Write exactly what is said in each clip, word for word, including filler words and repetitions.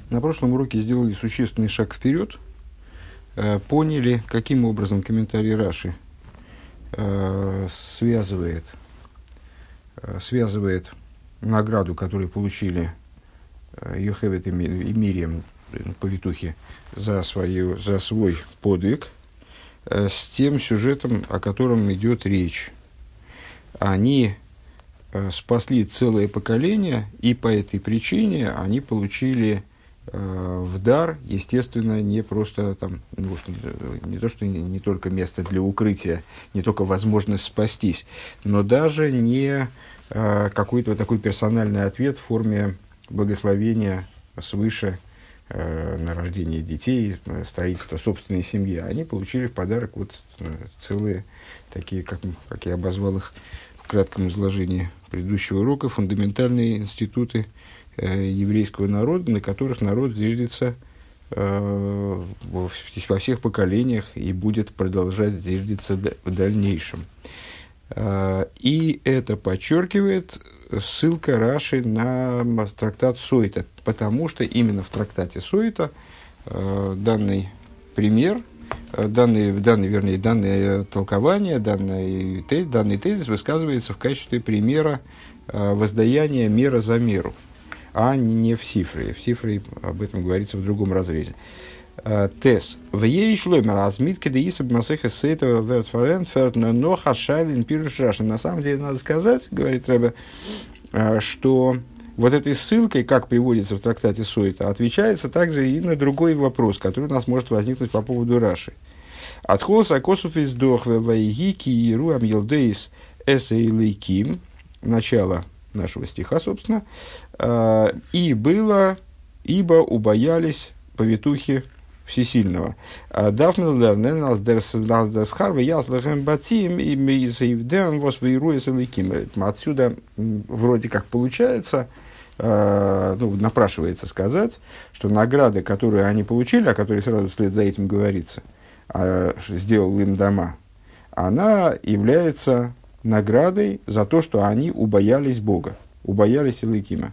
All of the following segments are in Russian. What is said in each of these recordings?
На прошлом уроке сделали существенный шаг вперед, э, поняли, каким образом комментарий Раши э, связывает, э, связывает награду, которую получили э, Йохевед и Мириам, повитухи, за, свою, за свой подвиг, э, с тем сюжетом, о котором идет речь. Они э, спасли целое поколение, и по этой причине они получили э, в дар, естественно, не просто там, ну, что, не то, что не, не только место для укрытия, не только возможность спастись, но даже не э, какой-то такой персональный ответ в форме благословения свыше э, на рождение детей, строительство собственной семьи. Они получили в подарок вот э, целые такие, как, как я обозвал их в кратком изложении предыдущего урока, фундаментальные институты э, еврейского народа, на которых народ зиждется э, во, во всех поколениях и будет продолжать зиждиться в дальнейшем. Э, и это подчеркивает ссылка Раши на трактат Сойта, потому что именно в трактате Сойта э, данный пример, Данные, данные, вернее, данное толкование, данный, данный тезис высказывается в качестве примера э, воздаяния мера за меру, а не в сифре. В сифре об этом говорится в другом разрезе. Э, тез. В ей шломер размитки да исаб масеха сейтова вертфарентферт но хашайлин пируш Раши. На самом деле, надо сказать, говорит Ребе, э, что вот этой ссылкой, как приводится в трактате Сойта, отвечается также и на другой вопрос, который у нас может возникнуть по поводу Раши. Отхолос акосуф из дохве вайгики и руам елдейс эсэйлейким, начало нашего стиха, собственно, и было, ибо убоялись повитухи Всесильного. Дафмил лернен аз дерсхар вяслахем батим и мейзейвдем восвейруэсэйлейким. Отсюда вроде как получается, ну, напрашивается сказать, что награды, которые они получили, о которой сразу вслед за этим говорится, сделал им дома, она является наградой за то, что они убоялись Бога, убоялись Элокима.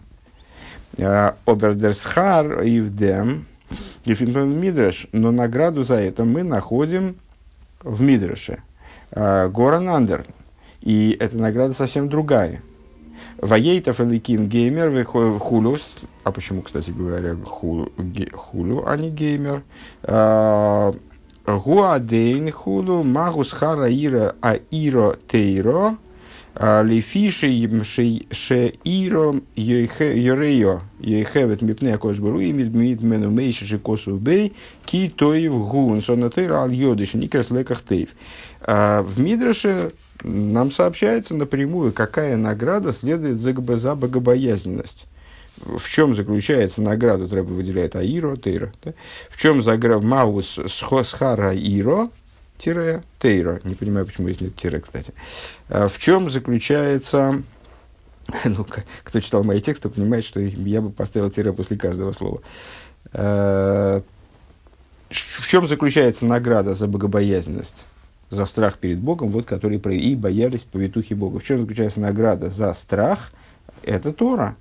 Обердерсхар ивдем Мидраш, но награду за это мы находим в Мидраше. Горан Андер. И эта награда совсем другая. Ваейтов Элоким геймер хулю. А почему, кстати говоря, хулю, хулю а не геймер? Гуадейн хулю магус хара ира аиро тейро. Лифиши шеиро йорео йехевет мипне акошбару и мидмену мейши шикосу бей ки тоев гун сонатейра аль йодиш никрес леках тейв. В Мидраше нам сообщается напрямую, какая награда следует за, за богобоязненность. В чем заключается награда, Рэбе выделяет аиро, тейро. Да? В чем заграв маус схара иро, тире, тейро. Не понимаю, почему здесь нет тире, кстати. В чем заключается... Ну, кто читал мои тексты, понимает, что я бы поставил тире после каждого слова. В чем заключается награда за богобоязненность? За страх перед Богом, вот, которые и боялись повитухи Бога. В чем заключается награда за страх? Это Тора.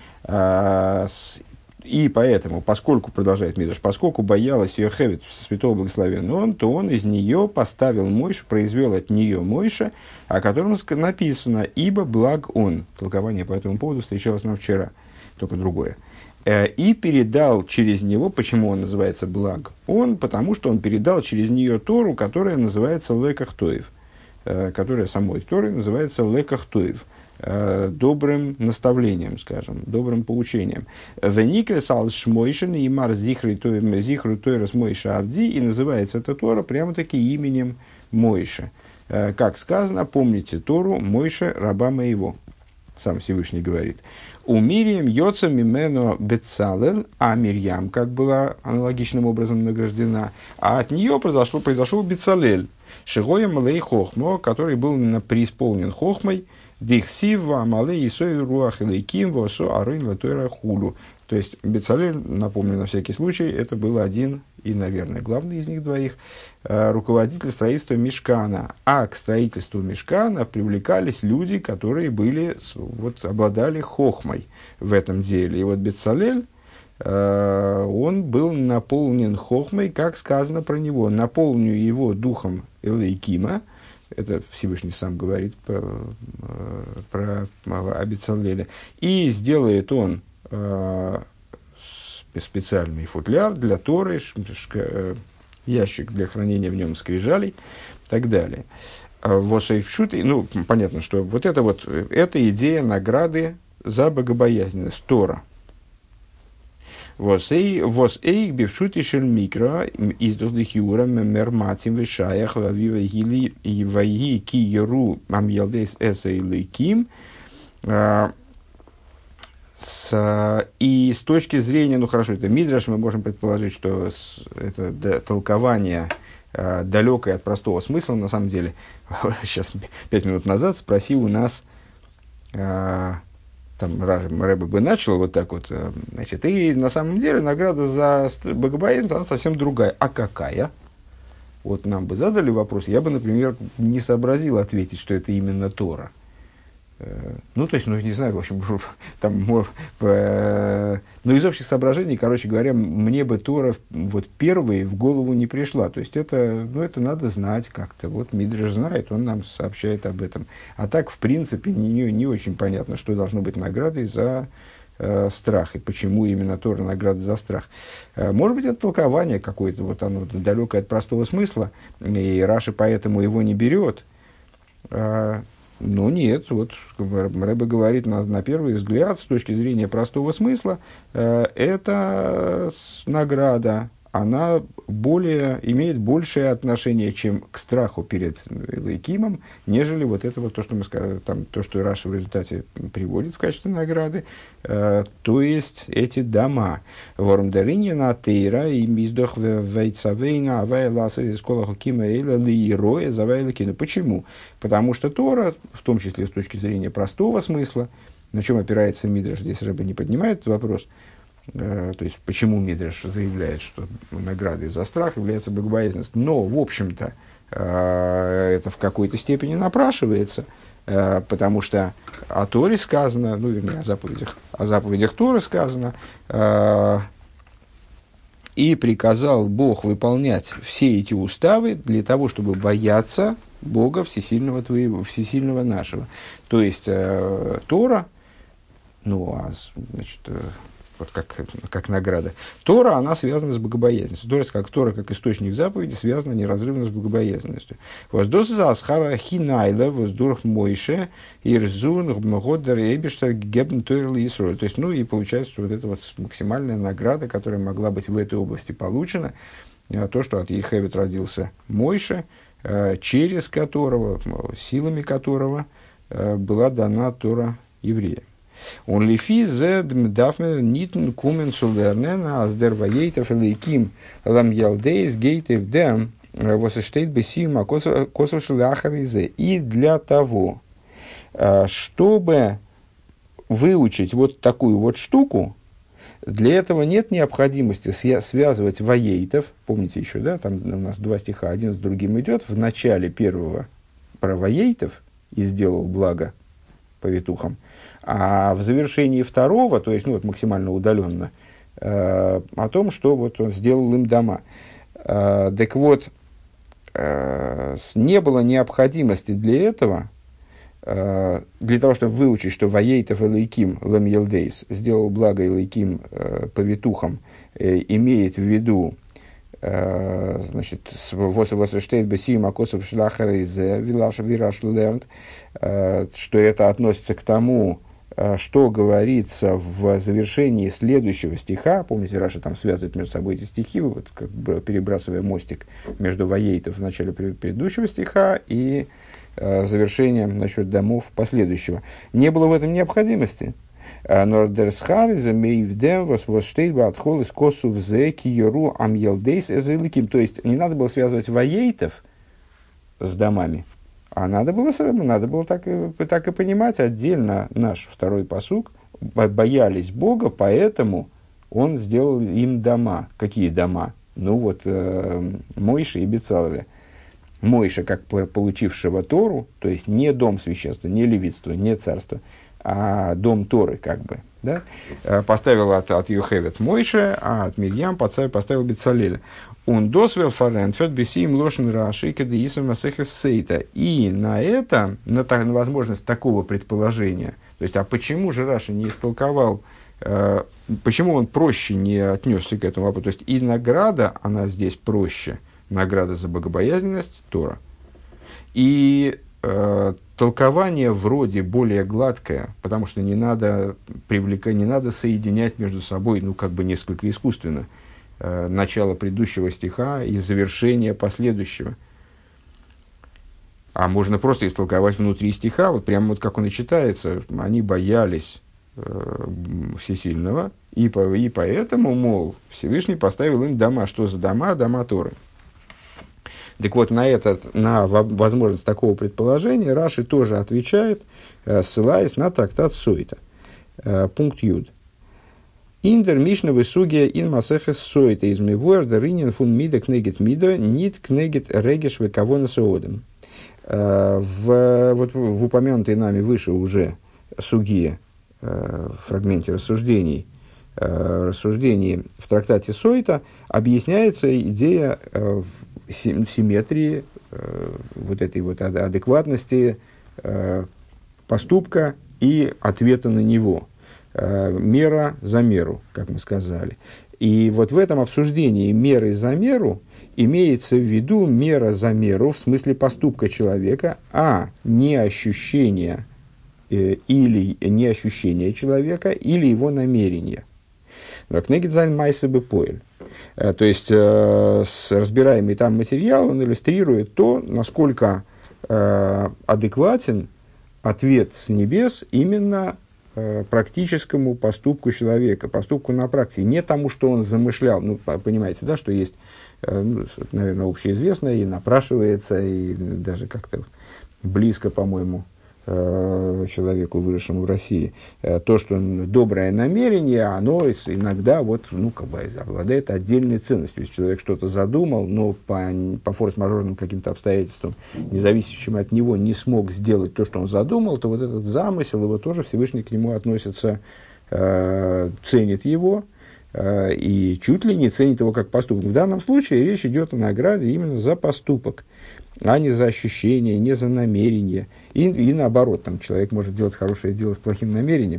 И поэтому, поскольку, продолжает Мидраш, поскольку боялась Йохевед, святого благословенного он, то он из нее поставил Мойше, произвел от нее Мойше, о котором написано «Ибо благ он». Толкование по этому поводу встречалось нам вчера, только другое. И передал через него, почему он называется благ он, потому что он передал через нее Тору, которая называется Леках Тоев, которая самой Торой называется Леках Тоев, добрым наставлением, скажем, добрым поучением. Веникрес ал шмойшен и мар зихру тойрас Мойша Авди, и называется эта Тора прямо-таки именем Мойши. Как сказано, помните Тору Мойше, раба моего. Сам Всевышний говорит. У Мирием йоца мимено бецалел, а Мирьям, как была аналогичным образом награждена, а от нее произошел, произошел Бецалель, шигоем малей хохмо, который был преисполнен хохмой, дихсива малей исой руах элейким восо арын латойра хулу. То есть Бецалель, напомню на всякий случай, это был один и, наверное, главный из них двоих, руководитель строительства Мишкана. А к строительству Мишкана привлекались люди, которые были, вот, обладали хохмой в этом деле. И вот Бецалель он был наполнен хохмой, как сказано про него, наполню его духом Элейкима, это Всевышний сам говорит про, про Абицалеля, и сделает он специальный футляр для Торы, ящик для хранения в нем скрижалей и так далее. Ну, понятно, что вот это вот, это идея награды за богобоязненность, Тора. Вос эйх бившутишель микро из доздыхиура мерматим вишаях вавива гили и ваги киеру мамьялдес эсэйлыким. И с точки зрения, ну хорошо, это мидраш, мы можем предположить, что это да, толкование э, далекое от простого смысла, на самом деле. Сейчас, пять минут назад спросил у нас, э, там Рэбе бы начал вот так вот, э, значит, и на самом деле награда за богобоязненность, она совсем другая. А какая? Вот нам бы задали вопрос, я бы, например, не сообразил ответить, что это именно Тора. Ну, то есть, ну, не знаю, в общем, там, э, ну, из общих соображений, короче говоря, мне бы Тора вот первой в голову не пришла. То есть, это, ну, это надо знать как-то. Вот Мидраш знает, он нам сообщает об этом. А так, в принципе, не, не, не очень понятно, что должно быть наградой за э, страх, и почему именно Тора награда за страх. Э, может быть, это толкование какое-то, вот оно далекое от простого смысла, и Раши поэтому его не берет. Э, Ну нет, вот Рэбе говорит на, на первый взгляд, с точки зрения простого смысла, э, эта награда, она более, имеет большее отношение, чем к страху перед Элейкимом, нежели вот это вот то, что мы сказали, там, то, что Раши в результате приводит в качестве награды, э, то есть эти дома. Вормдаринья на тейра и миздох вейцавейна авайласа из колаху кима эйла лиероя завайлакину. Почему? Потому что Тора, в том числе с точки зрения простого смысла, на чем опирается Мидраш, здесь Рэбе не поднимает этот вопрос, то есть, почему Мидраш заявляет, что наградой за страх является богобоязненность. Но, в общем-то, это в какой-то степени напрашивается, потому что о Торе сказано, ну, вернее, о заповедях, о заповедях Торы сказано, и приказал Бог выполнять все эти уставы для того, чтобы бояться Бога всесильного твоего, всесильного нашего. То есть, Тора, ну, а, значит, вот как, как награда. Тора, она связана с богобоязненностью. Тора, как, Тора, как источник заповеди, связана неразрывно с богобоязненностью. Воздос за асхара хинайла, воздурх мойше, ирзун, гмогодар, эбиштар, гебн, тойрли, исроль. То есть, ну, и получается, что вот это вот максимальная награда, которая могла быть в этой области получена, то, что от Ехевет родился Мойше, через которого, силами которого была дана Тора евреям. Он лифи зед мдафме нитн кумен сулернен аздер ваейтов элейким лам ялдейс гейтев дем восштейт бесима косвшил ахаризе. И для того, чтобы выучить вот такую вот штуку, для этого нет необходимости связывать ваейтов. Помните еще, да, там у нас два стиха, один с другим идет. В начале первого про ваейтов и сделал благо повитухам, а в завершении второго, то есть, ну, вот максимально удаленно, э, о том, что вот он сделал им дома. Э, так вот, э, не было необходимости для этого, э, для того, чтобы выучить, что Ваейтов Элейким Лам Елдейс сделал благо Элейким э, повитухам, э, имеет в виду, э, значит, восштейт бесим акосов шлахаризе вилаш вираш лернт, что это относится к тому, что говорится в завершении следующего стиха. Помните, Раша там связывает между собой эти стихи, вот, как бы перебрасывая мостик между ваейтов в начале предыдущего стиха и э, завершением насчет домов последующего. Не было в этом необходимости. То есть, не надо было связывать ваейтов с домами, а надо было, надо было так, и, так и понимать отдельно наш второй пасук. Боялись Бога, поэтому он сделал им дома. Какие дома? Ну вот, э, Мойше и Бецалеля. Мойше, как получившего Тору, то есть не дом священства, не левитства, не царства, а дом Торы, как бы, Да? Поставил от, от Йохевет Мойше, а от Мирьям поставил, поставил Бецалеля. Он досвел фарентфет бесим лошен раши кадеисом масехес сейта. И на это, на, та, на возможность такого предположения, то есть, а почему же Раши не истолковал, э, почему он проще не отнесся к этому вопросу? То есть, и награда, она здесь проще, награда за богобоязненность, Тора. И э, толкование вроде более гладкое, потому что не надо привлекать, не надо соединять между собой, ну, как бы несколько искусственно, э, начало предыдущего стиха и завершение последующего. А можно просто истолковать внутри стиха, вот прямо вот как он и читается. Они боялись э, Всесильного, и, по, и поэтому, мол, Всевышний поставил им дома. Что за дома? Дома Торы. Так вот, на, этот, на возможность такого предположения Раши тоже отвечает, э, ссылаясь на трактат Сойта. Э, пункт Юд. Индер Мишна высугия ин масехес Сойта из мивуэр ринен фун мида кнегет мида нит кнегет регеш векавона соодем. В, вот, в упомянутой нами выше уже сугия, э, в фрагменте рассуждений, э, рассуждений в трактате Сойта объясняется идея э, симметрии, э, вот этой вот адекватности э, поступка и ответа на него. Э, мера за меру, как мы сказали. И вот в этом обсуждении меры за меру имеется в виду мера за меру в смысле поступка человека, а не ощущение э, или не ощущение человека или его намерение. Кнегидзайн майсебе поэль. То есть э, с разбираемый там материал, он иллюстрирует то, насколько э, адекватен ответ с небес именно э, практическому поступку человека, поступку на практике, не тому, что он замышлял. Ну, понимаете, да, что есть, ну, наверное, общеизвестно и напрашивается, и даже как-то близко, по-моему, человеку, выросшему в России, то, что доброе намерение, оно иногда вот, ну, как бы обладает отдельной ценностью. Если человек что-то задумал, но по, по форс-мажорным каким-то обстоятельствам, независящим от него, не смог сделать то, что он задумал, то вот этот замысел, его тоже Всевышний к нему относится, э, ценит его, и чуть ли не ценит его как поступок. В данном случае речь идет о награде именно за поступок, а не за ощущение, не за намерение. И, и наоборот, там человек может делать хорошее дело с плохим намерением.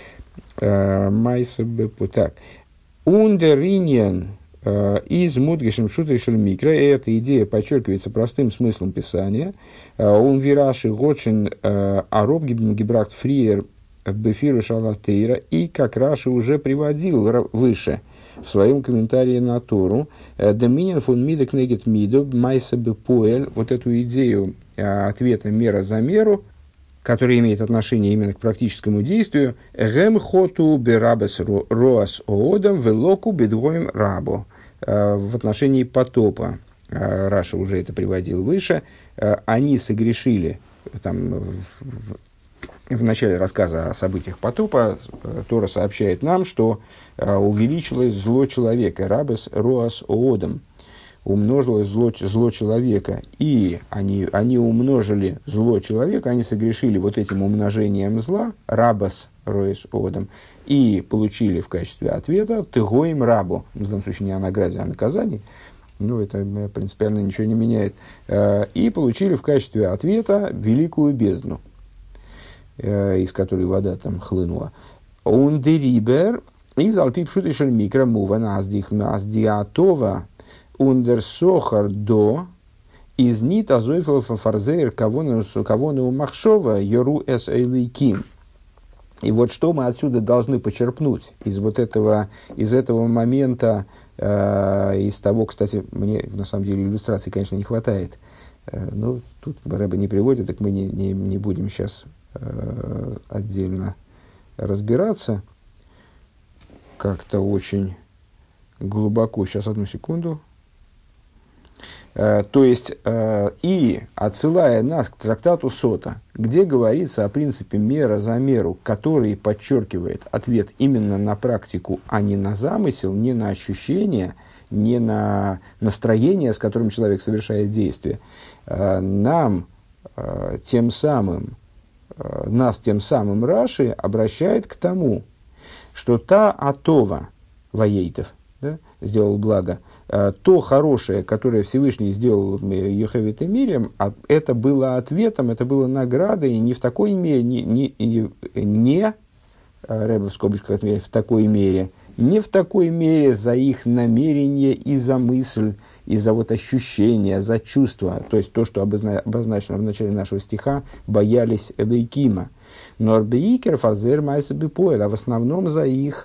Майсабепу. Так. Ундериньян из мудгешем шутришель микро. Эта идея подчеркивается простым смыслом Писания. Он вираши гочин ароб гибракт фриер бефиру шалатейра, и как Раши уже приводил выше в своем комментарии на Тору, доминин фон мида кнегет мидо майса бепуэль, вот эту идею ответа мера за меру, которая имеет отношение именно к практическому действию, гэм хоту берабес роас оодам велоку бедгоем рабо, в отношении потопа. Раша уже это приводил выше. Они согрешили там, в, в начале рассказа о событиях потопа. Тора сообщает нам, что увеличилось зло человека, рабес роас оодам, умножилось зло, зло человека, и они, они умножили зло человека, они согрешили вот этим умножением зла, рабас роас оодам, и получили в качестве ответа тыгоим рабу, в данном случае не о награде, а о наказании, ну, это принципиально ничего не меняет, и получили в качестве ответа великую бездну, из которой вода там хлынула. Он дерибер из алпипшутишель микро муван аздих аздиатова ундер сохар до из нит азойфел фарзейр кавону махшова йору эс эйлейким. И вот что мы отсюда должны почерпнуть из вот этого, из этого момента, э, из того, кстати, мне на самом деле иллюстрации, конечно, не хватает. Э, ну, тут Рэбе не приводит, так мы не, не, не будем сейчас э, отдельно разбираться. Как-то очень глубоко. Сейчас, одну секунду. Uh, то есть, uh, и отсылая нас к трактату Сота, где говорится о принципе мера за меру, который подчеркивает ответ именно на практику, а не на замысел, не на ощущение, не на настроение, с которым человек совершает действие, uh, нам uh, тем самым, uh, нас тем самым Раши обращает к тому, что та атова ваейтов, да, сделал благо, э, то хорошее, которое Всевышний сделал Йохевет и Мирьям, а это было ответом, это было наградой не в такой мере, не, не, не, не Рэбе в скобочках отметил, в такой мере, не в такой мере за их намерение и за мысль, и за вот ощущение, за чувство, то есть то, что обозна- обозначено в начале нашего стиха, боялись Элейкима. Но Арбеикер фарзер майса бипоэль, а в основном за их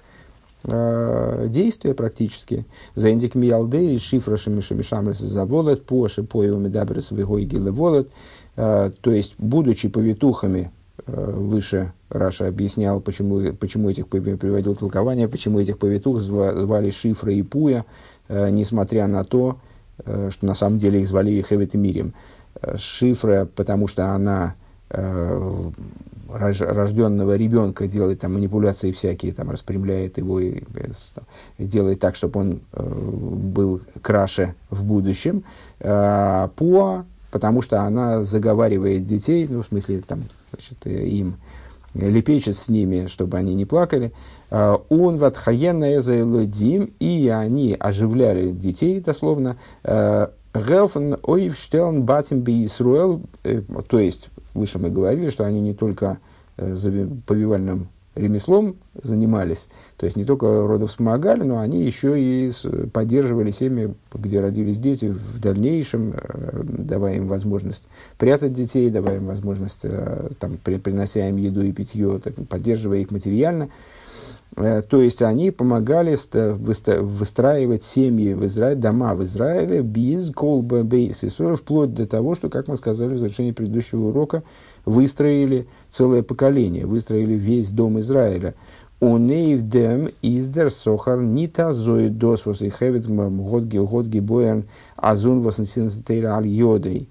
э, действия практически. За индик миалдей, шифрашами шамишамрес заволот, поши поевами дабрес вегой гилеволот, то есть, будучи повитухами, выше Раша объяснял, почему, почему этих приводил толкование, почему этих повитух звали Шифра и Пуя, э, несмотря на то, э, что на самом деле их звали Йохевет и Мирьям. Шифра, потому что она э, рож, рожденного ребенка делает там манипуляции всякие, там, распрямляет его и, и делает так, чтобы он э, был краше в будущем. Э, Пуа, потому что она заговаривает детей, ну, в смысле, там, значит, им лепечет с ними, чтобы они не плакали. Он ватхаенна эзэлодим, и они оживляли детей, дословно. Гелфен ойвштелн батим биисруэл, то есть, выше мы говорили, что они не только повивальным ремеслом занимались, то есть не только родовспомогали, но они еще и поддерживали семьи, где родились дети в дальнейшем, давая им возможность прятать детей, давая им возможность, там, принося им еду и питье, так, поддерживая их материально. То есть они помогали выстраивать семьи в Израиле, дома в Израиле, без колба бейс, вплоть до того, что, как мы сказали в завершении предыдущего урока, выстроили целое поколение, выстроили весь дом Израиля. Унейвдем издер сохар нита зоид дос вос и хевит годги годги боян азун вос нсинстейра аль йодей.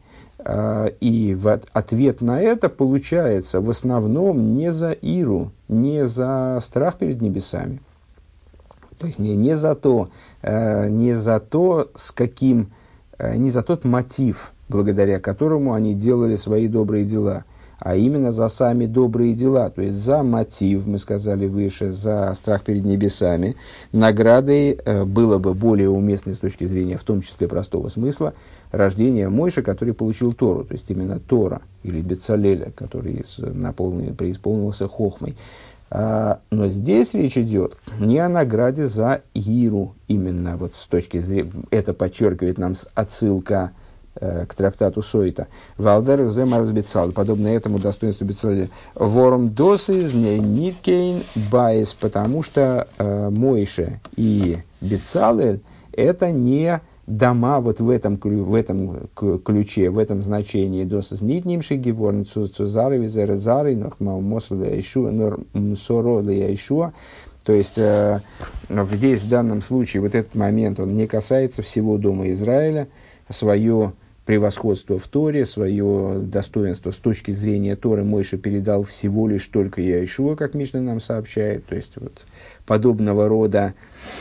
И в ответ на это получается в основном не за иру, не за страх перед небесами, то есть не, не за то, не за то, с каким, не за тот мотив, благодаря которому они делали свои добрые дела, а именно за сами добрые дела, то есть за мотив, мы сказали выше, за страх перед небесами. Наградой э, было бы более уместной с точки зрения, в том числе простого смысла, рождение Мойши, который получил Тору, то есть именно Тора, или Бецалеля, который наполнен, преисполнился хохмой. А, но здесь речь идет не о награде за Иру, именно вот с точки зрения, это подчеркивает нам отсылка к трактату Сойта. Валдер земарс бецал, подобно этому достоинству Бецалеля. Вором досы ниткейн байс, потому что э, Мойше и Бецалель это не дома вот в этом, в этом ключе, в этом значении. Досыс нитнимши геворн цузары визерезары норма мосрля ишуа нор мсоролия ишуа. То есть э, здесь в данном случае вот этот момент он не касается всего дома Израиля. Свое превосходство в Торе, свое достоинство с точки зрения Торы Мойша передал всего лишь только Яишуа, как Мишна нам сообщает. То есть вот подобного рода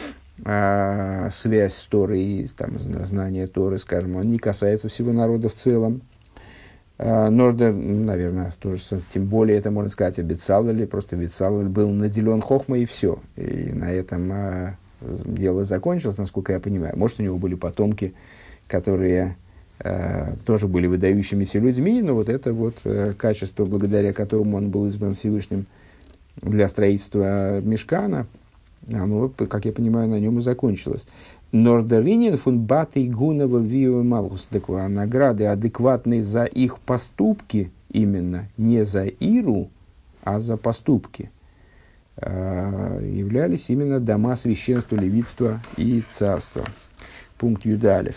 э, связь с Торой и там, знание Торы, скажем, он не касается всего народа в целом. Э, Нордер, наверное, тоже, тем более это можно сказать о Бецалеле, просто Бецалель был наделен хохмой и все. И на этом э, дело закончилось, насколько я понимаю. Может, у него были потомки, которые э, тоже были выдающимися людьми, но вот это вот э, качество, благодаря которому он был избран Всевышним для строительства Мишкана, оно, как я понимаю, на нем и закончилось. Нордеринин фун баты гуна вальвио малхус, награды адекватные за их поступки, именно не за иру, а за поступки, э, являлись именно дома священства, левитства и царства. Пункт Юдалев.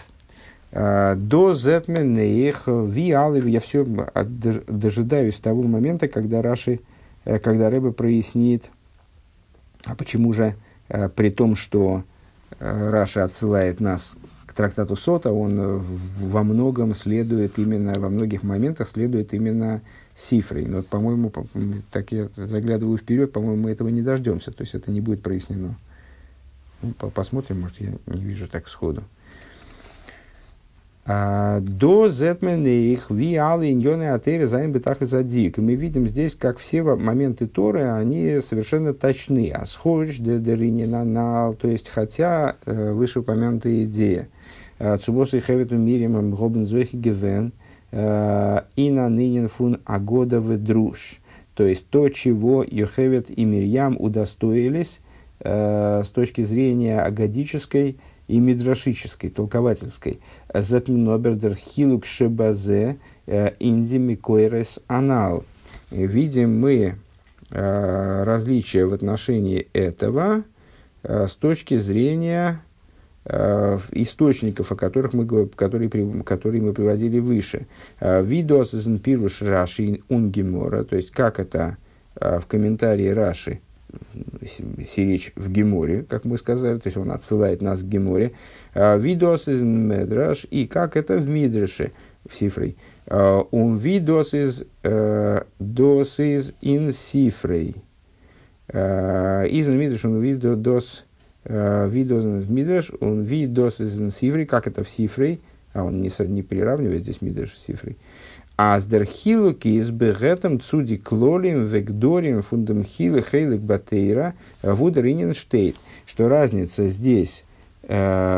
До зетменеих виалев, я все дожидаюсь того момента, когда Раши, когда Ребе прояснит, а почему же, при том, что Раши отсылает нас к трактату Сота, он во многом следует именно, во многих моментах следует именно Сифрой. Но, по-моему, так я заглядываю вперед, по-моему, мы этого не дождемся, то есть это не будет прояснено. Ну, посмотрим, может, я не вижу так сходу. До зетменейх ви алы иньоны атере заим бетах и задик. И мы видим здесь, как все моменты Торы, они совершенно точны. А сходишь на, то есть, хотя вышеупомянутая идея. Цубосы хевету мирим гобн зоихи гевен и на нынен фун агода ведруш. То есть, то, чего Йохевет и Мирьям удостоились с точки зрения агадической и мидрашической, толковательской. Запнобердер хилук шебазе инди микойрес анал. Видим мы э, различия в отношении этого э, с точки зрения э, источников, о которых мы, которые, которые мы приводили выше. Видос из пируш Раши унгемора, то есть как это э, в комментарии Раши, сиречь в Геморе, как мы сказали, то есть он отсылает нас к Геморе. Видос из Медраш, и как это в Мидраше, в Сифрей. Он видос из дос из ин Сифрей. Из Мидраш он видос видос из Мидраш, он видос из ин Сифрей, как это в Сифрей, а он не, не приравнивает здесь Мидраш с Сифрей. А с дерхилуки из бегетом цуди клолим вегдорим фундам хилы хейлик батейра вудринин штейт. Что разница здесь, э,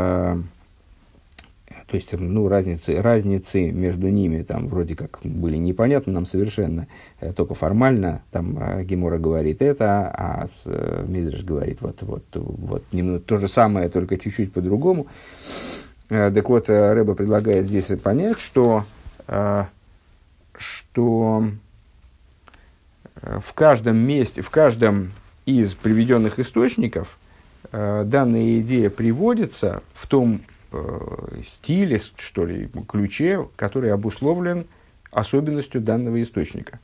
то есть, ну, разницы, разницы между ними там вроде как были непонятны нам совершенно, э, только формально, там э, Гемора говорит это, а с, э, Мидраш говорит вот, вот, вот немного то же самое, только чуть-чуть по-другому. Э, так вот, э, Рэбе предлагает здесь понять, что э, что в каждом месте, в каждом из приведенных источников э, данная идея приводится в том э, стиле, что ли, ключе, который обусловлен особенностью данного источника.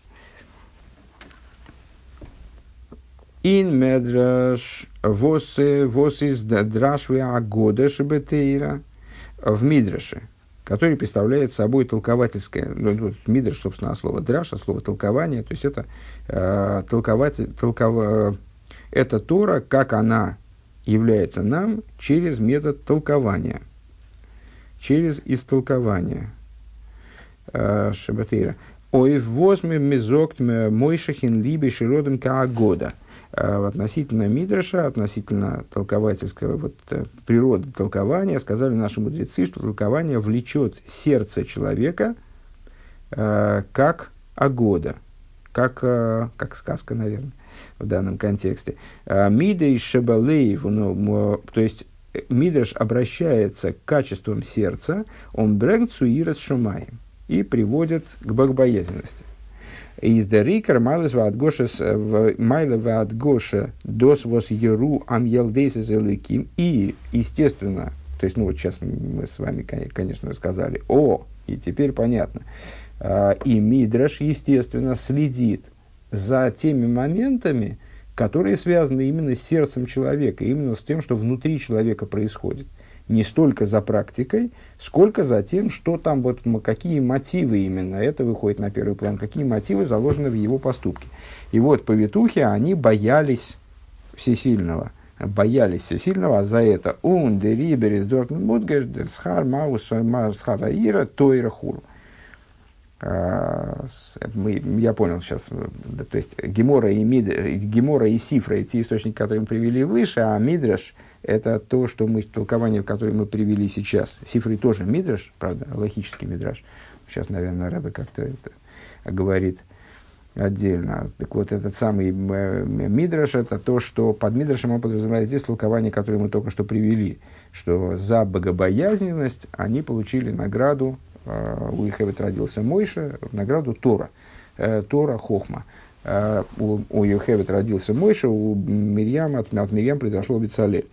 Ин медраш вос из драшвы агода шебетейра в мидраше, который представляет собой толковательское, ну, мидраш, собственно, слово драш, а слово толкование, то есть это э, толкователь, толков, это Тора, как она является нам через метод толкования, через истолкование. Шабатейра. Ой, возьми мизокт мойшахин либо широдом каагода. Относительно мидраша, относительно толковательского вот, природы толкования, сказали наши мудрецы, что толкование влечет сердце человека э, как агода, как, э, как сказка, наверное, в данном контексте. Мида и шабалеев, ну, то есть мидраш обращается к качествам сердца, он брэнг цуирас шумаем и приводит к богобоязненности. Из дерикер майлес ваатгошес майла ваатгоша дос вос еру ам елдейс из элыким. И, естественно, то есть, ну вот сейчас мы с вами, конечно, сказали, о, и теперь понятно. И мидраш, естественно, следит за теми моментами, которые связаны именно с сердцем человека, именно с тем, что внутри человека происходит. Не столько за практикой, сколько за тем, что там, вот, какие мотивы именно, это выходит на первый план, какие мотивы заложены в его поступке. И вот повитухи, они боялись всесильного, боялись всесильного, а за это «ун де риберис дортн мудгеш дер схар маус схар аира тойра хуру». Я понял сейчас, да, то есть Гемора и, Мид, Гемора и Сифра, те источники, которые мы привели выше, а Мидраш – это то, что мы, толкование, которое мы привели сейчас. Сифры тоже Мидраш, правда, логический Мидраш. Сейчас, наверное, Ребе как-то это говорит отдельно. Так вот, этот самый Мидраш – это то, что под Мидрашем он подразумевает здесь толкование, которое мы только что привели, что за богобоязненность они получили награду. У Йохевед родился Мойша, в награду Тора, э, Тора Хохма. Э, у, у Йохевед родился Мойша, у Мирьяма, от, от Мирьям произошло Бецалель.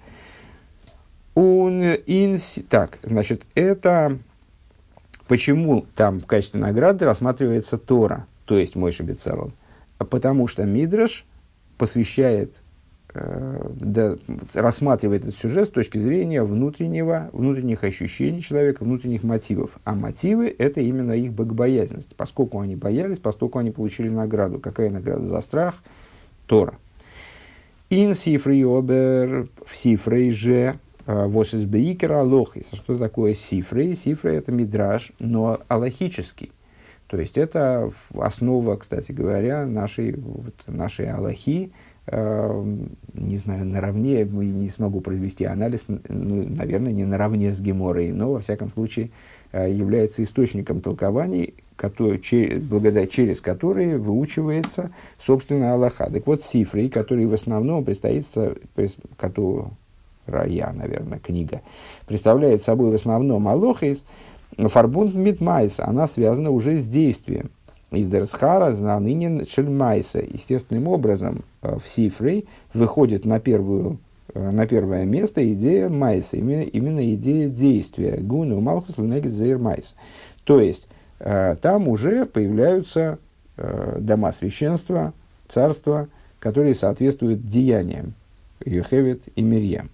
Так, значит, это почему там в качестве награды рассматривается Тора, то есть Мойша Бецалель? Потому что Мидраш посвящает, э, да, рассматривает этот сюжет с точки зрения внутреннего, внутренних ощущений человека, внутренних мотивов. А мотивы – это именно их богобоязненность. Поскольку они боялись, поскольку они получили награду. Какая награда за страх? Тора. Ин сифрей обер в сифрей же Восис бейкер алохис. Что такое сифры? Сифры — это мидраш, но алахический. То есть это основа, кстати говоря, нашей, вот, нашей алахи. Э, не знаю, наравне, не смогу произвести анализ, ну, наверное, не наравне с Геморой, но, во всяком случае, э, является источником толкований, который, через, благодаря через которые выучивается, собственно, алаха. Так вот, сифры, которые в основном представляются, которая, наверное, книга, представляет собой в основном алохис, фарбунд мит майса, она связана уже с действием. Из дерсхара знанынен шельмайса. Естественным образом в сифре выходит на, первую, на первое место идея майса, именно, именно идея действия. Гуну малхус лунегит заир майс. То есть, там уже появляются дома священства, царства, которые соответствуют деяниям Йохевед и Мирьям.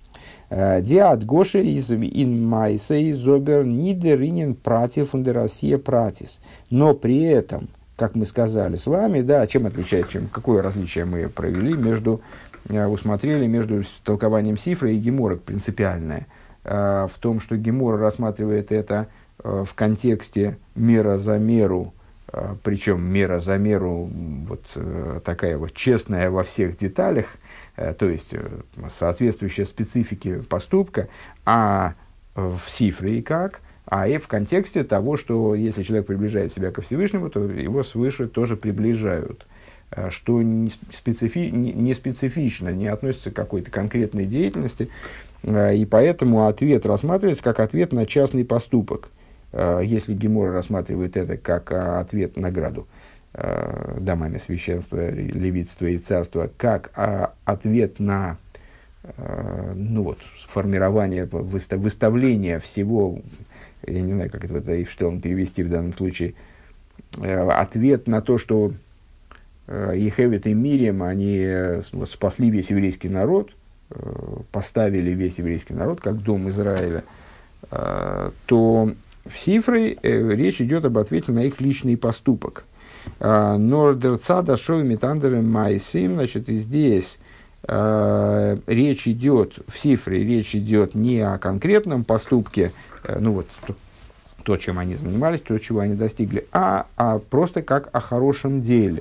Диад Гоши из ин майса из обер нидеринен пратив фундерасия пратис. Но при этом, как мы сказали с вами, да, чем отличается, чем, какое различие мы провели между, усмотрели между толкованием Сифра и Гемора принципиальное. В том, что Гемора рассматривает это в контексте мера за меру, причем мера за меру вот такая вот честная во всех деталях, то есть соответствующая специфике поступка, а в Сифре и как, а и в контексте того, что если человек приближает себя ко Всевышнему, то его свыше тоже приближают, что не, специфи, не специфично, не относится к какой-то конкретной деятельности, и поэтому ответ рассматривается как ответ на частный поступок, если Гемора рассматривает это как ответ на награду домами священства, левитства и царства, как а, ответ на а, ну вот, формирование, выставление всего, я не знаю, как это в Эйфштейн перевести в данном случае, а, ответ на то, что а, Йохевед и Мирьям, они вот, спасли весь еврейский народ, а, поставили весь еврейский народ как дом Израиля, а, то в Сифре э, речь идет об ответе на их личный поступок. Нордерца дошел метандеры майсим, значит, и здесь э, речь идет, в Сифре речь идет не о конкретном поступке, э, ну вот, то, то, чем они занимались, то, чего они достигли, а, а просто как о хорошем деле,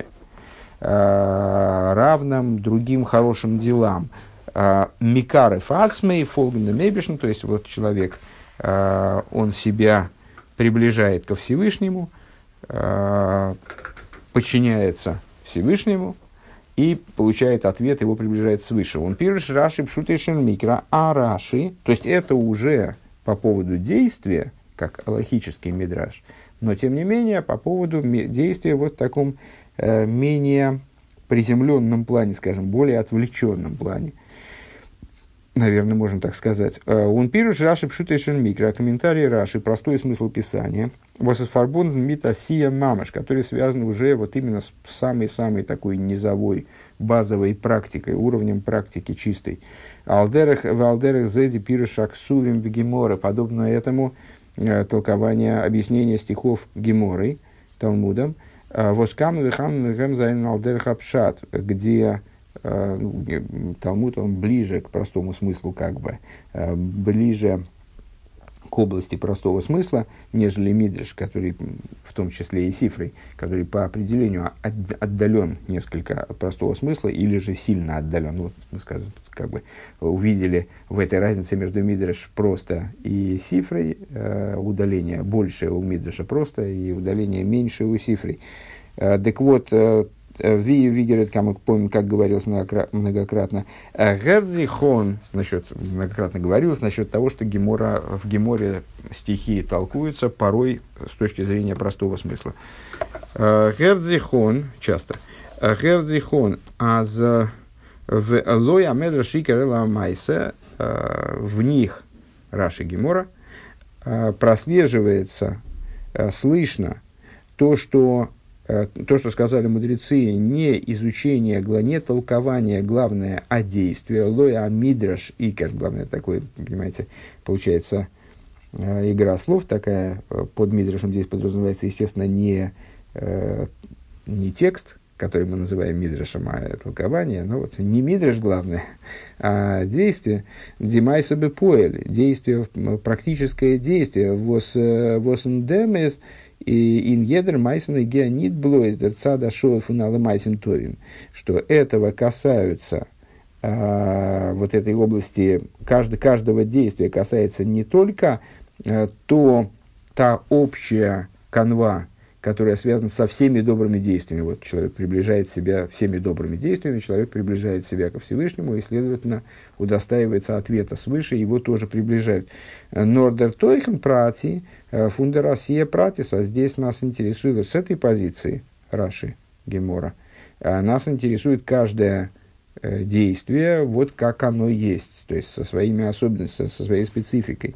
э, равном другим хорошим делам. Микары фацмей, фолгенда мебишн, то есть вот человек, э, он себя приближает ко Всевышнему, э, подчиняется Всевышнему и получает ответ, его приближает свыше. Он пишет Раши пшутешен микро, а Раши, то есть это уже по поводу действия, как алахический мидраш, но тем не менее по поводу действия вот в таком э, менее приземленном плане, скажем, более отвлеченном плане. Наверное, можно так сказать. Он пишет Раши пшутешен микро, комментарий Раши, простой смысл писания. Восфарбунден митасия мамаш, который связан уже вот именно с самой-самой такой низовой, базовой практикой, уровнем практики чистой. Алдерах в алдерах зеди пируш аксувим в Геморе, подобно этому э, толкование, объяснение стихов Геморой, Талмудом. Воскам вехам вехам зайн алдерах апшат, где Талмуд, он ближе к простому смыслу, как бы, ближе к области простого смысла, нежели Мидраш, который, в том числе и Сифрой, который по определению отдален несколько от простого смысла, или же сильно отдален. Вот мы, скажем, как бы увидели в этой разнице между Мидраш просто и Сифрой, удаление больше у Мидраша просто и удаление меньше у Сифрой. Так вот, Ви Вигерет, как мы помним, как говорилось многократно, Гердихон, насчет, многократно говорилось насчет того, что Гемора, в Геморе стихи толкуются порой с точки зрения простого смысла. Гердихон, часто, Гердихон, аз в лоя медра шикерела майса, в них, Раши Гемора, прослеживается, слышно то, что то, что сказали мудрецы, не изучение, не толкование, главное, а действие. Лоя а мидраш икер, главное, такое, понимаете, получается игра слов такая, под мидрашем здесь подразумевается, естественно, не, не текст, который мы называем мидрашем, а толкование, но вот не мидраш главное, а действие, димайса бы поэль, действие, практическое действие, вос восендемес и инъедер майсен и геонид блойз дер цада шоев унала майсен товим, что этого касаются а, вот этой области, каждый, каждого действия касается не только а, то, та общая канва, которая связана со всеми добрыми действиями. Вот человек приближает себя всеми добрыми действиями, человек приближает себя ко Всевышнему и, следовательно, удостаивается ответа свыше, его тоже приближают. Нордер Тойхен Прати, Фундер Россия Пратис, а здесь нас интересует, с этой позиции Раши Гемора, нас интересует каждое действие, вот как оно есть, то есть со своими особенностями, со своей спецификой.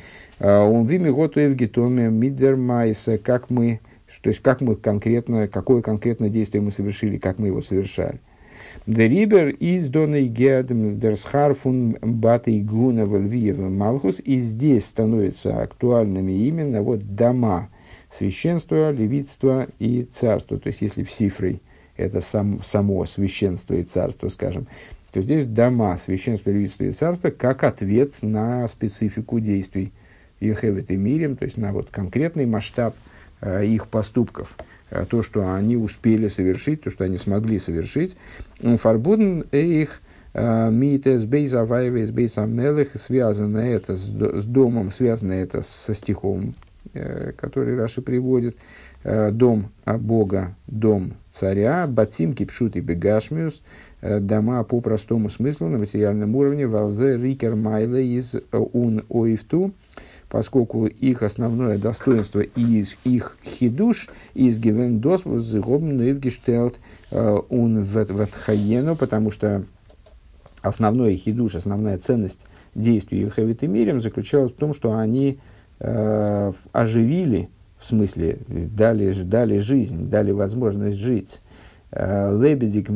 Он вими готовит гитоме мидермайса, как мы, то есть как мы конкретно, какое конкретное действие мы совершили, как мы его совершали. Дерибер из доной геадм дерсхарфун батый гуна вальвиева малхус, и здесь становятся актуальными именно вот дома священства, левитства и царства. То есть если в сифрой это сам, само священство и царство, скажем, то здесь дома священства, левитства и царства как ответ на специфику действий Йохевет и Мирим, то есть на вот конкретный масштаб э, их поступков, э, то, что они успели совершить, то, что они смогли совершить. Фарбуден их митес бейзавайвес бейзамелых, связано это с, с домом, связано это со стихом, э, который Раши приводит. Э, дом Бога, дом царя, батим кипшут и бегашмиус, э, дома по простому смыслу на материальном уровне, валзе рикер майле из ун оифту, поскольку их основное достоинство и их хидуш из гивендос возгобн евгештелт ун ветхаену, потому что основной хидуш, основная ценность действий Йохевет и Мирим заключалась в том, что они э, оживили, в смысле дали, дали жизнь, дали возможность жить. Лебедик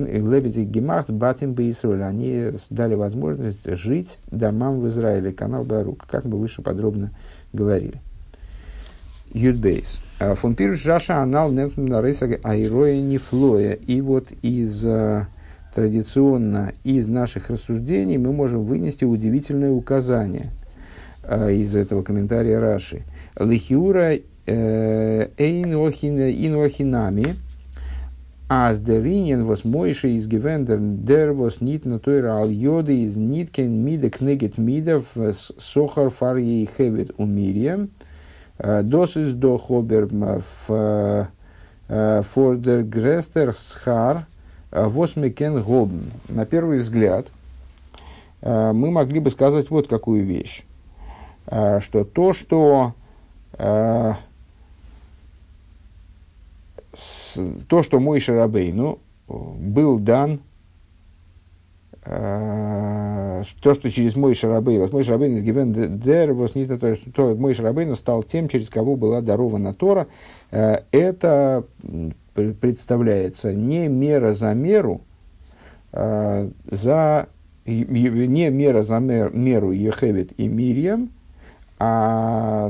гемахт батим бейсроль. Они дали возможность жить домам в Израиле. Канал Барук, как мы выше подробно говорили. Юдбейс. Фон пируш Раша анал немтн нарыса айроя нефлоя. И вот из традиционно из наших рассуждений мы можем вынести удивительное указание из этого комментария Раши. Лихиура эйнохинами. Аз деринен вос мойши из гевендер дер вос нит на тойра ал йоды из ниткен мида кнегет мидов сохар фар ей хевет умирьем дос из до хобер фордер грестер схар вос мекен гобн. На первый взгляд мы могли бы сказать вот какую вещь, что то, что то, что Мойше Рабейну был дан, э, то, что через Мойше Рабейну, Мойше Рабейну из Гивен Дер, то, что Мойше Рабейну стал тем, через кого была дарована Тора, э, это представляется не мера за меру, э, за, не мера за мер, меру Йохевет и Мирьям, а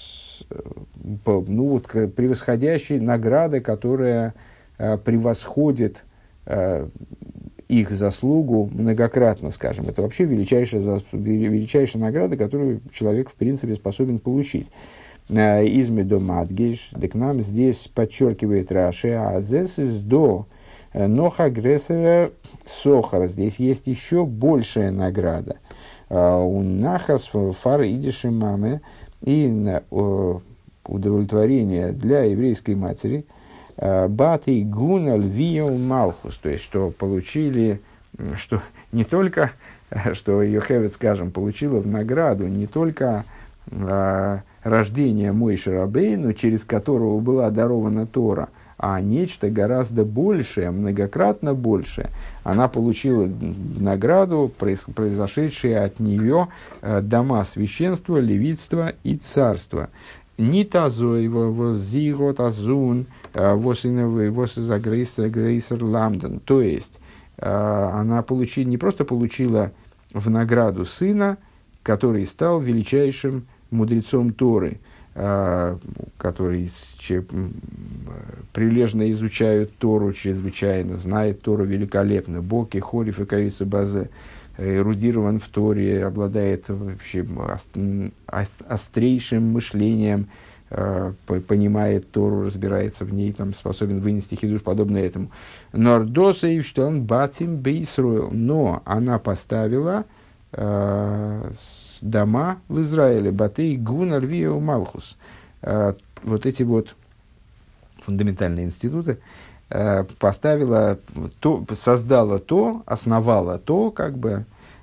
ну, вот, превосходящей награды, которая э, превосходит э, их заслугу многократно, скажем. Это вообще величайшая, зас... величайшая награда, которую человек, в принципе, способен получить. Из Медомадгейш, да к нам здесь подчеркивает Раши, а здесь из до Ноха Грессера Сохар. Здесь есть еще большая награда. У Нахас Фар Идиши Маме, и на о, удовлетворение для еврейской матери Баты Гуна Львио Малхус, то есть, что получили, что не только, что Йохевет, скажем, получила в награду не только а, рождение Мойше Рабейну, через которого была дарована Тора, а нечто гораздо большее, многократно большее. Она получила в награду произошедшие от нее дома священства, левитства и царства. Ни тазоева воззигот азун восизагрейсер ламден. То есть, она получила, не просто получила в награду сына, который стал величайшим мудрецом Торы, который прилежно изучают Тору, чрезвычайно знает Тору великолепно, Боки, Хориф и Кавица Базе, эрудирован в Торе, обладает вообще острейшим мышлением, понимает Тору, разбирается в ней, там, способен вынести хидуш, подобное этому. Нордоса что он бацим бейсруэл. Но она поставила э, дома в Израиле, Батей Гунар Вио Малхус. Э, вот эти вот фундаментальные институты, э, поставила, то, создала то, основала то, как бы,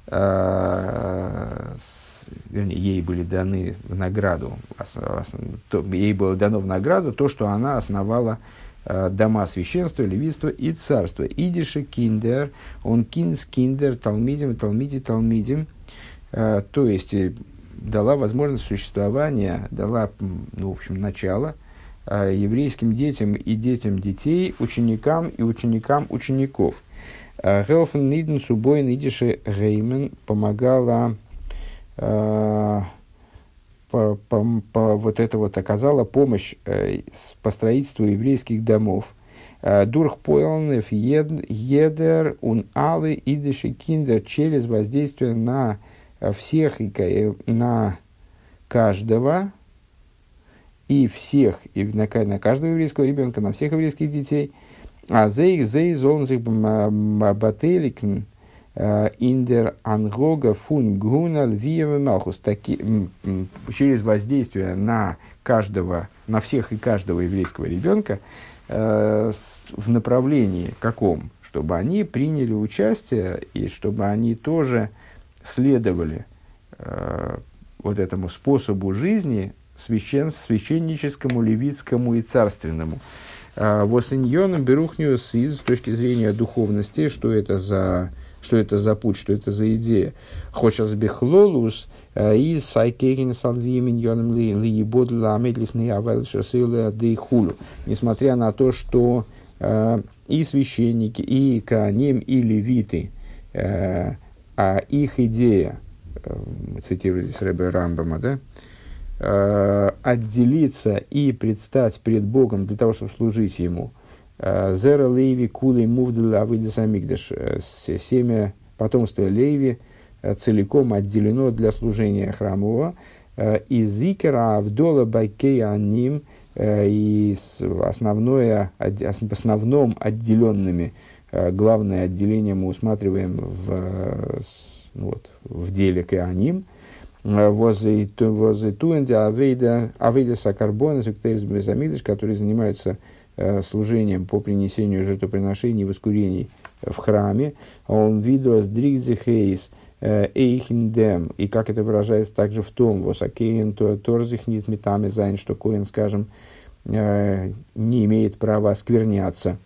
э, вернее, ей были даны в награду, ос, ос, то, ей было дано в награду то, что она основала э, дома священства, левитства и царства. Идише киндер, он кинс киндер, талмидим, талмиди, талмидим, э, то есть э, дала возможность существования, дала, ну, в общем, начало э, еврейским детям и детям детей, ученикам и ученикам учеников. Гелфен Ниден Субойн Идише Геймен помогала По, по, по, вот это вот оказала помощь э, по строительству еврейских домов. Дурх поэлнев едер ун алы идыши киндер через воздействие на всех и на каждого и всех и на, на каждого еврейского ребенка, на всех еврейских детей. А зейх зей зонзих бателикн Индер ангога фун гуна львиева малхус. Через воздействие на каждого, на всех и каждого еврейского ребенка э, в направлении каком? Чтобы они приняли участие и чтобы они тоже следовали э, вот этому способу жизни священ, священническому, левитскому и царственному. Восиньоном берухниус из с точки зрения духовности, что это за Что это за путь, что это за идея? Хочешь бихлолус из сайкегин салви миньоном ли ли ебод ламед лифны авел шосилы дейхулу. Несмотря на то, что э, и священники, и коаним, и левиты, э, а их идея, э, мы цитируем здесь Ребе Рамбама, да, э, отделиться и предстать пред Богом для того, чтобы служить Ему. Зера Леви Кулей Мувдала Авидас Амигдаш. Семя потомства Леви целиком отделено для служения храмового. И Зикера Авдола Байкея Аним. И основное, в основном отделенными, главное отделение мы усматриваем в, вот, в деле Кеаним. Возле Туэнди Авейда Сакарбона, которые занимаются служением по принесению жертвоприношений и воскурений в храме. Он видос дригзехейс эйхиндем. И как это выражается также в том, восакейн торзихнит метами зайн, что коэн, скажем, не имеет права оскверняться.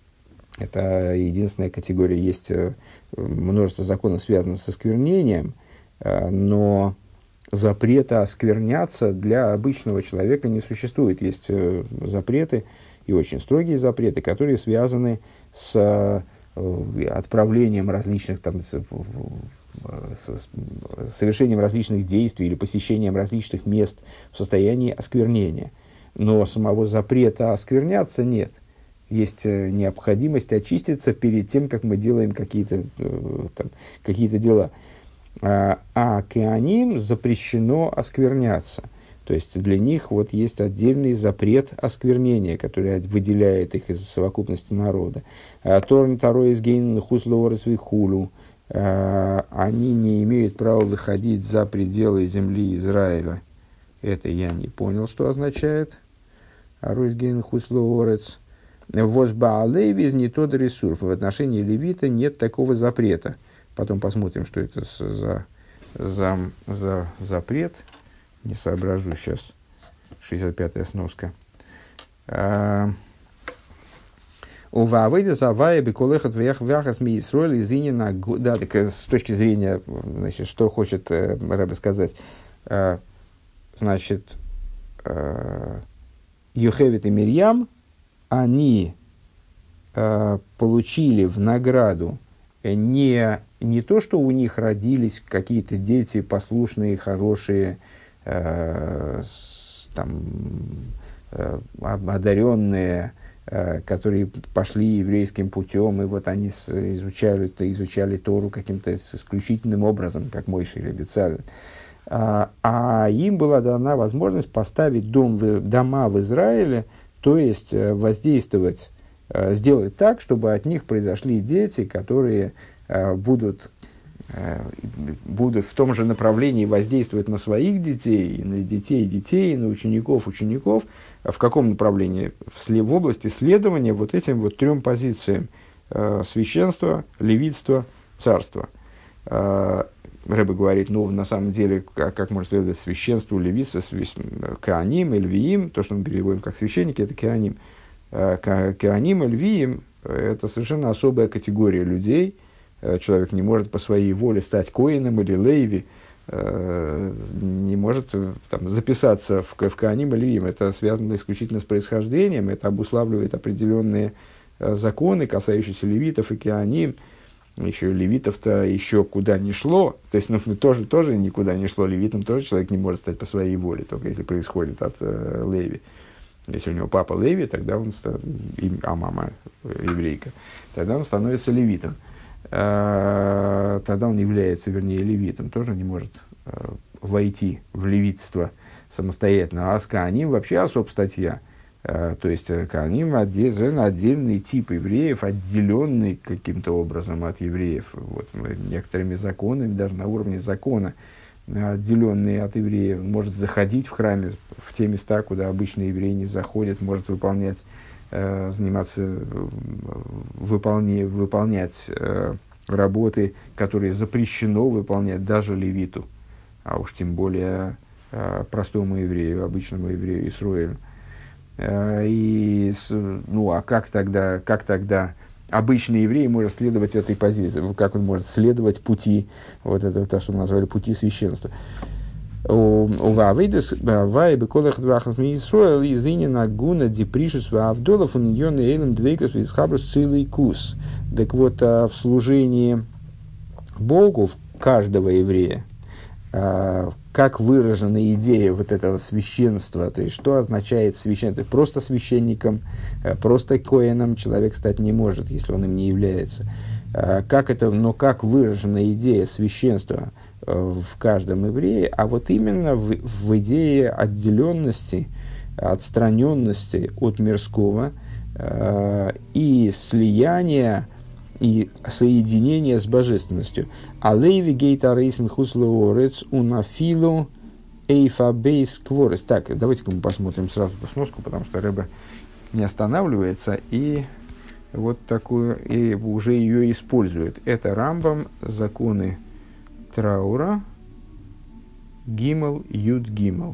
Это единственная категория. Есть множество законов, связанных с осквернением, но запрета оскверняться для обычного человека не существует. Есть запреты, и очень строгие запреты, которые связаны с э, отправлением различных, там, с, с, с совершением различных действий или посещением различных мест в состоянии осквернения. Но самого запрета оскверняться нет. Есть э, необходимость очиститься перед тем, как мы делаем какие-то, э, там, какие-то дела. А, а кеаним запрещено оскверняться. То есть для них вот есть отдельный запрет осквернения, который выделяет их из совокупности народа. Торн второй из гейн хуслоорес вихулу. Они не имеют права выходить за пределы земли Израиля. Это я не понял, что означает. Аройс гейн хуслоорес. Возбаалеви из нетод ресурс. В отношении левита нет такого запрета. Потом посмотрим, что это за, за, за запрет. Не соображу сейчас. шестьдесят пятая сноска. Увавыйда завая беколехат вяхас ми Исроэль из Инина. Да, так с точки зрения, значит, что хочет э, Ребе сказать. Э, значит, э, Йохевит и Мирьям, они э, получили в награду не, не то, что у них родились какие-то дети послушные, хорошие, там, э, одаренные, э, которые пошли еврейским путем, и вот они с, изучали, изучали Тору каким-то исключительным образом, как Мойше или Бецалель. А, а им была дана возможность поставить дом в, дома в Израиле, то есть э, воздействовать, э, сделать так, чтобы от них произошли дети, которые э, будут, э, будут в том же направлении воздействовать на своих детей, на детей детей, на учеников учеников. В каком направлении? В, след, в области следования вот этим вот трем позициям: э, священства, левитства, царства. Э, Рэбе говорит, ну, на самом деле, как, как можно следовать священству, левитству, кааним, эльвиим, то, что мы переводим как священники, это кааним. Кааним, эльвиим – это совершенно особая категория людей. Человек не может по своей воле стать коином или лейви, не может там, записаться в, в кааним или левиим. Это связано исключительно с происхождением, это обуславливает определенные законы, касающиеся левитов и кааним. Еще левитов-то еще куда ни шло, то есть, ну, тоже, тоже никуда не шло, левитом тоже человек не может стать по своей воле, только если происходит от э, леви. Если у него папа леви, тогда он, а мама еврейка, тогда он становится левитом. А, тогда он является, вернее, левитом, тоже не может а, войти в левитство самостоятельно. А с кааним вообще особ статья. Uh, то есть, кааним отдельный, отдельный тип евреев, отделенный каким-то образом от евреев, вот, некоторыми законами, даже на уровне закона, отделенный от евреев, может заходить в храме, в те места, куда обычные евреи не заходят, может выполнять, uh, заниматься, выполне, выполнять uh, работы, которые запрещено выполнять даже левиту, а уж тем более uh, простому еврею, обычному еврею Исроэлю. И, ну, а как тогда, как тогда обычный еврей может следовать этой позиции? Как он может следовать пути, вот это, то, что мы назвали пути священства? Так вот, в служении Богу каждого еврея, как выражена идея вот этого священства, то есть что означает священство. Просто священником, просто коэном человек стать не может, если он им не является. Как это, но как выражена идея священства в каждом еврее, а вот именно в, в идее отделенности, отстраненности от мирского и слияния и соединение с божественностью. Алейви гейта рейсен хуслоорец унафилу эйфабейс кворес. Так, давайте-ка мы посмотрим сразу эту сноску, потому что Рэбе не останавливается и вот такую, и уже ее использует. Это Рамбам, законы траура, Гимел, Юд Гимел.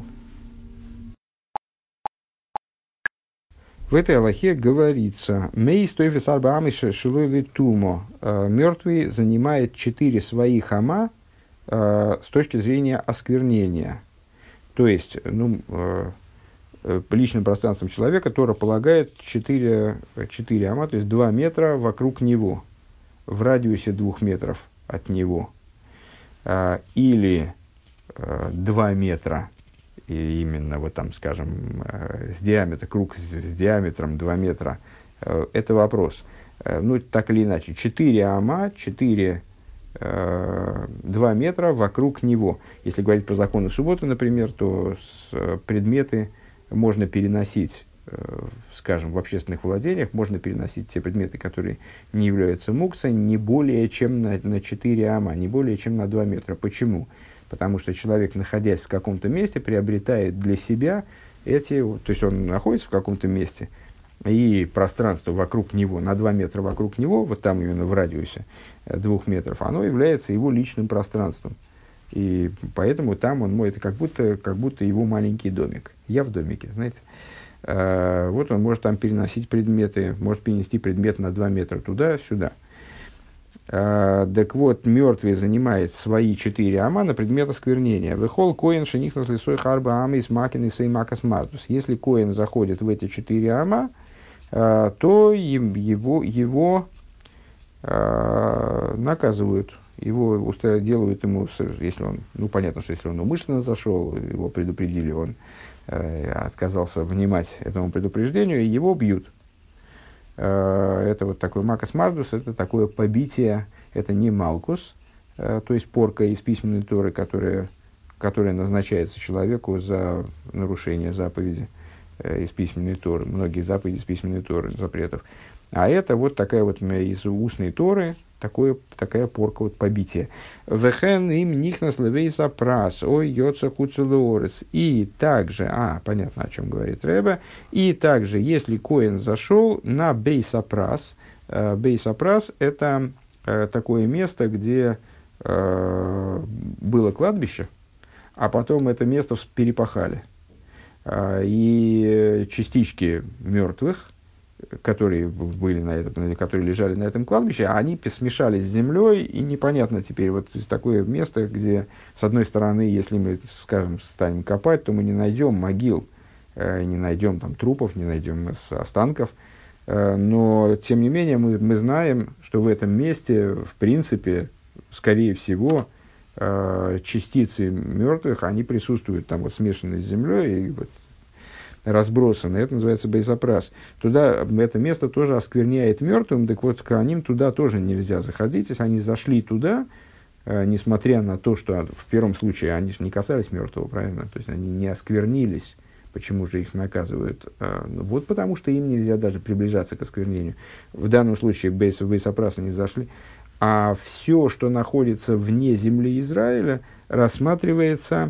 В этой алахе говорится: «Мей стоифес арба амиш шилойли тумо». Мертвый занимает четыре своих ама э, с точки зрения осквернения. То есть, ну, э, личным пространством человека Тора полагает четыре, четыре ама, то есть два метра вокруг него, в радиусе двух метров от него. Э, или э, два метра. И именно вот там, скажем, с диаметром, круг с, с диаметром два метра, это вопрос. Ну, так или иначе, четыре ама, четыре, два метра вокруг него. Если говорить про законы субботы, например, то с, предметы можно переносить, скажем, в общественных владениях, можно переносить те предметы, которые не являются муксой, не более чем на, на четыре ама, не более чем на два метра. Почему? Потому что человек, находясь в каком-то месте, приобретает для себя эти... То есть, он находится в каком-то месте, и пространство вокруг него, на два метра вокруг него, вот там именно в радиусе двух метров, оно является его личным пространством. И поэтому там он моет, как будто, как будто его маленький домик. Я в домике, знаете. А, вот он может там переносить предметы, может перенести предмет на два метра туда-сюда. Uh, так вот, мертвый занимает свои четыре ама на предмет осквернения. Выхол коин шених на лисой харба ама из макин и сеймакас мартус. Если коин заходит в эти четыре ама, uh, то им, его, его uh, наказывают, его устра- делают ему, если он, ну, понятно, что если он умышленно зашел, его предупредили, он э, отказался внимать этому предупреждению, его бьют. Э, это вот такой макас мардус, это такое побитие, это не малкус, э, то есть порка из письменной Торы, которая, которая назначается человеку за нарушение заповеди э, из письменной Торы, многие заповеди из письменной Торы, запретов. А это вот такая вот из устной Торы, такое, такая порка, вот побитие. Вехен им нихнас левейса прас, ой йоца хуцелуорец. И также, а, понятно, о чем говорит Ребе, и также, если коэн зашел на бейсапрас, э, бейсапрас это э, такое место, где э, было кладбище, а потом это место перепахали. Э, и частички мертвых, которые были на этом, которые лежали на этом кладбище, они смешались с землей, и непонятно теперь вот такое место, где, с одной стороны, если мы, скажем, станем копать, то мы не найдем могил, э, не найдем там трупов, не найдем останков, э, но, тем не менее, мы, мы знаем, что в этом месте, в принципе, скорее всего, э, частицы мертвых, они присутствуют там вот смешанные с землей, и вот разбросаны, это называется бейсапрас. Туда, это место тоже оскверняет мертвым, так вот, к ним туда тоже нельзя заходить. Если они зашли туда, э, несмотря на то, что в первом случае они же не касались мертвого, правильно? То есть они не осквернились. Почему же их наказывают? Э, вот потому что им нельзя даже приближаться к осквернению. В данном случае бейс, в бейсапрас они зашли. А все, что находится вне земли Израиля, рассматривается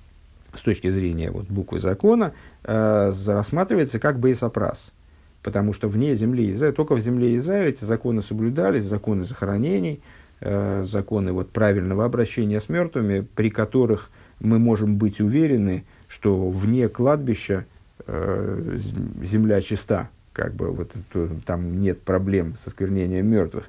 с точки зрения вот, буквы закона, э, рассматривается как бейсапрас. Потому что вне земли Израиля, только в земле Израиля эти законы соблюдались, законы захоронений, э, законы вот, правильного обращения с мертвыми, при которых мы можем быть уверены, что вне кладбища э, земля чиста, как бы вот, то, там нет проблем с осквернением мертвых.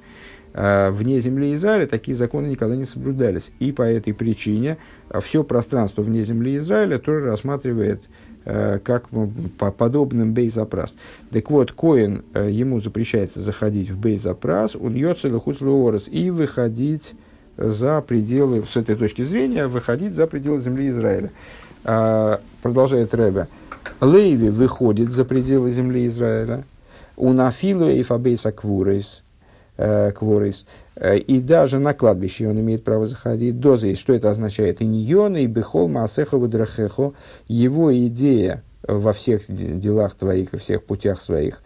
Вне земли Израиля такие законы никогда не соблюдались. И по этой причине все пространство вне земли Израиля тоже рассматривает э, как по подобным бейзапрас. Так вот, коэн, э, ему запрещается заходить в бейзапрас, он йоцел хуцлуорес, и выходить за пределы, с этой точки зрения, выходить за пределы земли Израиля. А, продолжает Ребе. Лейви выходит за пределы земли Израиля. Унафилу эйфабейса квурейс. Кворис, и даже на кладбище он имеет право заходить. Доза, что это означает? Иньон и бехол маасехо вадрахехо, его идея во всех делах твоих и всех путях своих.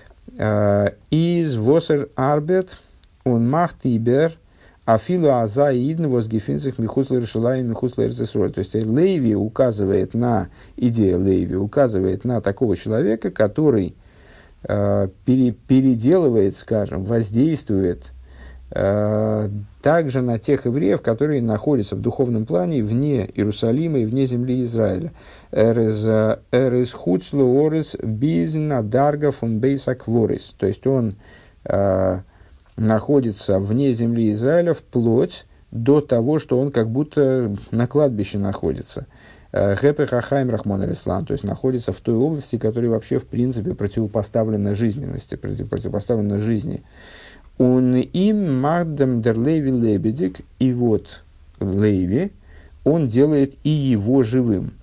Из восер арбет он махтибер афилу азаидн возгефинцах михуслер шелай михуслер зесроль. То есть Лейви указывает на, идея Лейви указывает на такого человека, который Пере, переделывает, скажем, воздействует э, также на тех евреев, которые находятся в духовном плане вне Иерусалима и вне земли Израиля. Эрес хуцлу орес бизна дарга фон бейсак ворис. То есть он э, находится вне земли Израиля вплоть до того, что он как будто на кладбище находится. Гэпэ хахайм рахмон алислам, то есть находится в той области, которая вообще в принципе противопоставлена жизненности, противопоставлена жизни. Он им магдам дер леви лебедик, и вот Леви, он делает и его живым.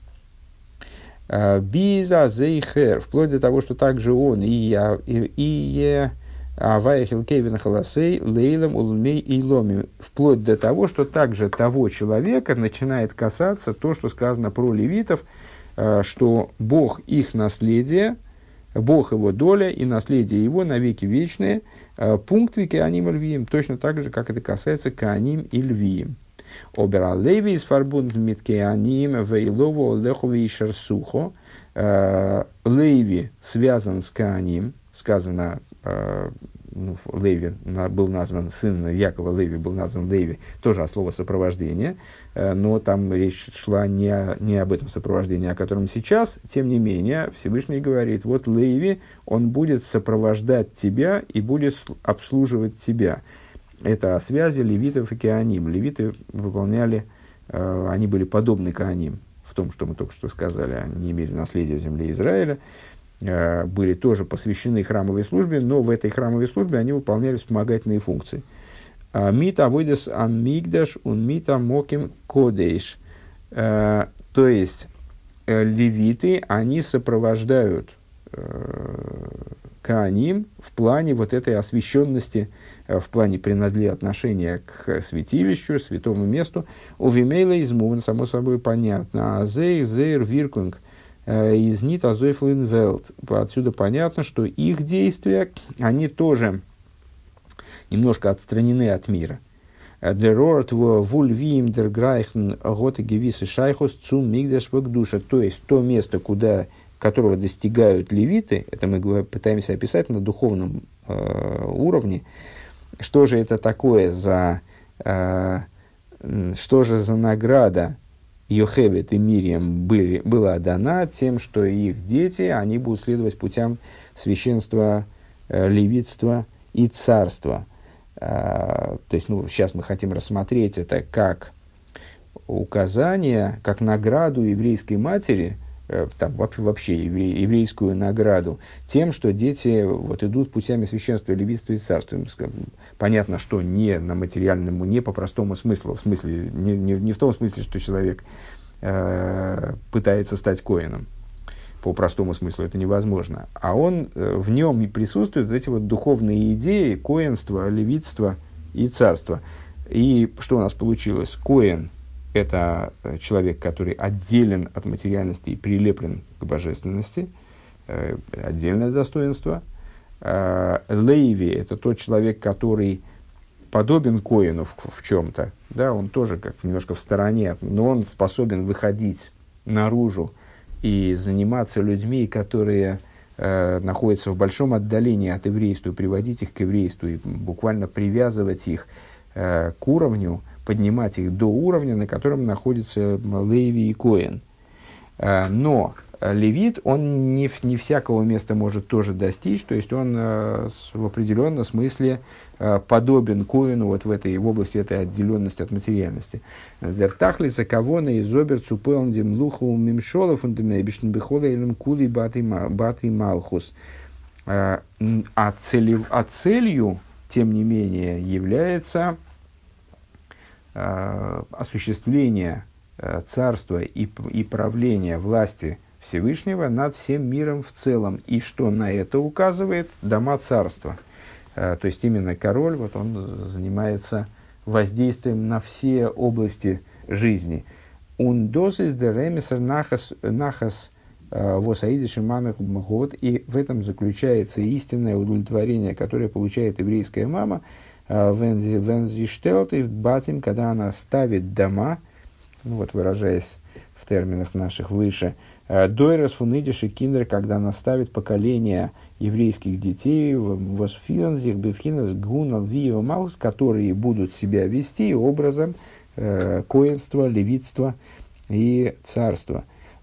Биза зейхер, вплоть до того, что также он и я, и Авая Хилкевина Халасей, Лейлам Улмей и Ломи. Вплоть до того, что также того человека начинает касаться то, что сказано про левитов, что Бог их наследие, Бог его доля и наследие его навеки вечные, пункт Викеаним и Львием, точно так же, как это касается Кааним и Львием. Обера Леви из Фарбунд Миткеаним Вейлово Лехови и Шерсухо. Леви связан с Кааним, сказано, ну, Леви был назван, сын Якова Леви был назван Леви, тоже от слова сопровождение, но там речь шла не, о, не об этом сопровождении, о котором сейчас. Тем не менее, Всевышний говорит, вот Леви, он будет сопровождать тебя и будет обслуживать тебя. Это о связи левитов и Кааним. Левиты выполняли, они были подобны Кааним в том, что мы только что сказали, они имели наследие в земле Израиля, были тоже посвящены храмовой службе, но в этой храмовой службе они выполняли вспомогательные функции. Мита авойдес амигдаш ун мита моким кодейш. То есть, левиты, они сопровождают коаним в плане вот этой освященности, в плане принадлежания отношения к святилищу, святому месту. У Вимейла измуван, само собой понятно. Азей, зейр, виркунг, из нит азойфлин велт. Отсюда понятно, что их действия, они тоже немножко отстранены от мира. Дерорт вульвим дерграйхн готы гевисы шайхус цум мигдаш вагдуша. То есть, то место, куда, которого достигают левиты, это мы пытаемся описать на духовном э, уровне. Что же это такое за, э, что же за награда Йохевет и Мириам были, была дана тем, что их дети, они будут следовать путям священства, э, левитства и царства. Uh, то есть, ну, сейчас мы хотим рассмотреть это как указание, как награду еврейской матери, э, там, вообще евре, еврейскую награду, тем, что дети вот, идут путями священства, левитства и царства. Понятно, что не на материальному, не по простому смыслу, в смысле, не, не, не в том смысле, что человек э, пытается стать коэном. По простому смыслу это невозможно. А он, в нем и присутствуют эти вот духовные идеи коэнства, левитства и царства. И что у нас получилось? Коэн – это человек, который отделен от материальности и прилеплен к божественности, отдельное достоинство. Лейви – это тот человек, который подобен коэну в, в чем-то. Да, он тоже как немножко в стороне, но он способен выходить наружу и заниматься людьми, которые э, находятся в большом отдалении от еврейства, приводить их к еврейству и буквально привязывать их э, к уровню, поднимать их до уровня, на котором находится Леви и Коэн. Э, но левит, он не, не всякого места может тоже достичь, то есть он э, в определенном смысле э, подобен Коэну вот в, этой, в области этой отделенности от материальности. Вертахлиса кавона изобер цупелн демлуху мимшолов ундемебишн бихолейлем кули баты малхус. А целью, тем не менее, является э, осуществление э, царства и, и правления власти Всевышнего над всем миром в целом. И что на это указывает? Дома царства. А, то есть именно король, вот он занимается воздействием на все области жизни. Ундосис де ремесер нахас нахас восаидиши мамех мгот. И в этом заключается истинное удовлетворение, которое получает еврейская мама, вензиштелт и батим, когда она ставит дома, ну вот выражаясь в терминах наших выше, Дойрос фунидиши киндер, когда она ставит поколение еврейских детей, восфирнзих бифхинас гунал вио маус, которые будут себя вести образом э, коэнства, левитства и царства.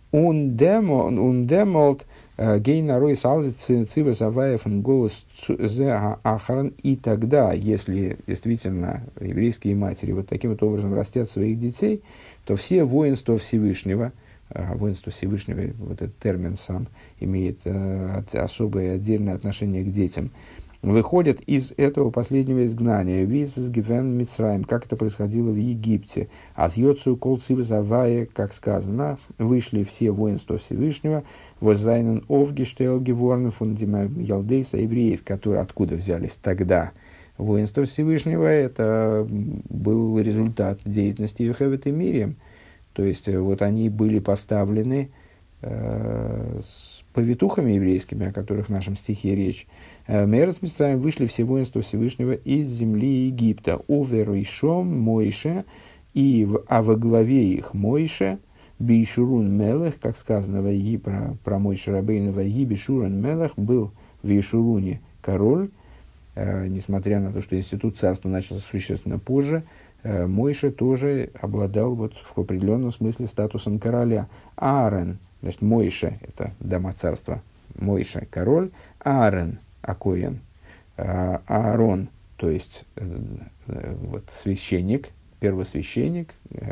Ундемолт гейнарой салзит цивас аваев голос зе ахаран. И тогда, если действительно еврейские матери вот таким вот образом растят своих детей, то все воинства Всевышнего, воинство Всевышнего, вот этот термин сам имеет э, от, особое отдельное отношение к детям, выходят из этого последнего изгнания. Виз из Гивен Мицраим, как это происходило в Египте. От Йоцу Кол Цивзавая, как сказано, вышли все воинства Всевышнего, воззайнен Овгиштел Геворн фундима Ялдейса, евреи, которые откуда взялись тогда воинства Всевышнего, это был результат деятельности Йохевет и Мириам. То есть, вот они были поставлены э, с повитухами еврейскими, о которых в нашем стихе речь. Мерс Мицраим, вышли все воинства Всевышнего из земли Египта. Овер и Шом, Мойше, и в, а во главе их Мойше, Бишурун Мелех, как сказано в Иги, про, про Мойше Рабейна в Иги, Бишурун Мелех был в Ишуруне король, э, несмотря на то, что институт царства начался существенно позже. Мойше тоже обладал вот в определенном смысле статусом короля. Аарон, значит, Мойше – это дома царства, Мойше – король, Аарон – Акоен, Аарон, то есть вот, священник, первосвященник,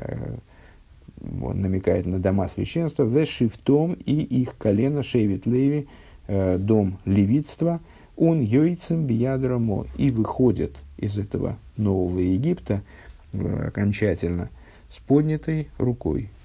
он намекает на дома священства, вешивтом и их колено шевит леви, дом левитства, он йойцем биядрамо, и выходит из этого нового Египта окончательно с поднятой рукой,